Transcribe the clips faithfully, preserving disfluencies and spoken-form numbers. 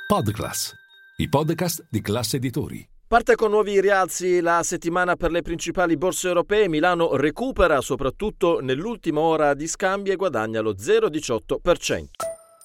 Podclass, i podcast di Class Editori. Parte con nuovi rialzi la settimana per le principali borse europee. Milano recupera soprattutto nell'ultima ora di scambi e guadagna lo zero virgola diciotto per cento.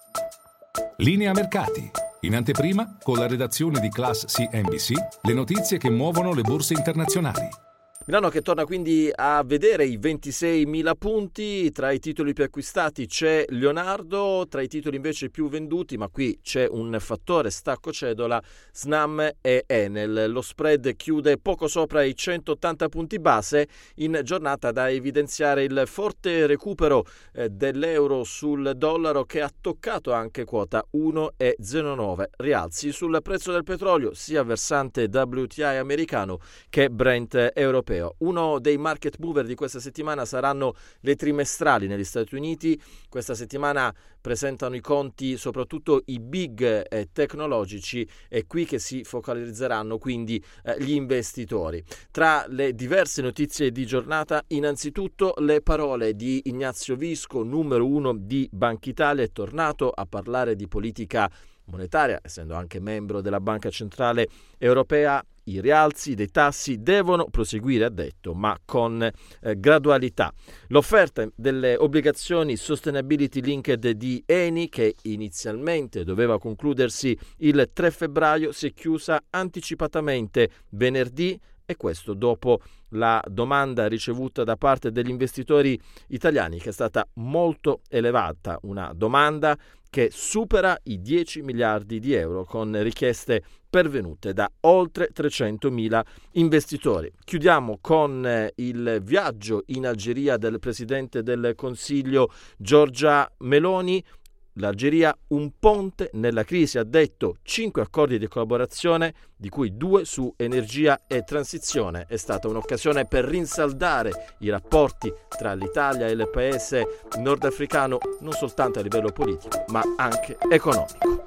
Linea mercati. In anteprima, con la redazione di Class C N B C, le notizie che muovono le borse internazionali. Milano che torna quindi a vedere i ventiseimila punti. Tra i titoli più acquistati c'è Leonardo, tra i titoli invece più venduti, ma qui c'è un fattore stacco cedola, Snam e Enel. Lo spread chiude poco sopra i centottanta punti base in giornata da evidenziare il forte recupero eh, dell'euro sul dollaro, che ha toccato anche quota uno virgola zero nove. Rialzi sul prezzo del petrolio, sia versante W T I americano che Brent europeo. Uno dei market mover di questa settimana saranno le trimestrali negli Stati Uniti. Questa settimana presentano i conti soprattutto i big eh, tecnologici, è qui che si focalizzeranno quindi eh, gli investitori. Tra le diverse notizie di giornata, innanzitutto le parole di Ignazio Visco, numero uno di Banca Italia, è tornato a parlare di politica monetaria, essendo anche membro della Banca Centrale Europea. I rialzi dei tassi devono proseguire, ha detto, ma con eh, gradualità. L'offerta delle obbligazioni sustainability linked di Eni, che inizialmente doveva concludersi il tre febbraio, si è chiusa anticipatamente venerdì, e questo dopo la domanda ricevuta da parte degli investitori italiani, che è stata molto elevata, una domanda che supera i dieci miliardi di euro, con richieste pervenute da oltre trecentomila investitori. Chiudiamo con eh, il viaggio in Algeria del Presidente del Consiglio Giorgia Meloni. L'Algeria un ponte nella crisi, ha detto, cinque accordi di collaborazione, di cui due su energia e transizione. È stata un'occasione per rinsaldare i rapporti tra l'Italia e il paese nordafricano, non soltanto a livello politico, ma anche economico.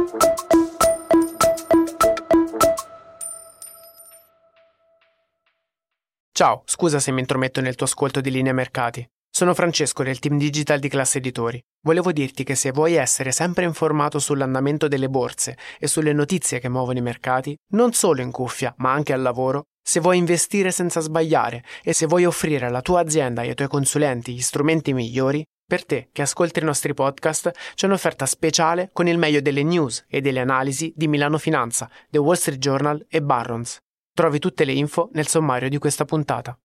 Ciao, scusa se mi intrometto nel tuo ascolto di Linea Mercati. Sono Francesco del team digital di Class Editori. Volevo dirti che se vuoi essere sempre informato sull'andamento delle borse e sulle notizie che muovono i mercati, non solo in cuffia, ma anche al lavoro, se vuoi investire senza sbagliare e se vuoi offrire alla tua azienda e ai tuoi consulenti gli strumenti migliori, per te che ascolti i nostri podcast c'è un'offerta speciale con il meglio delle news e delle analisi di Milano Finanza, The Wall Street Journal e Barron's. Trovi tutte le info nel sommario di questa puntata.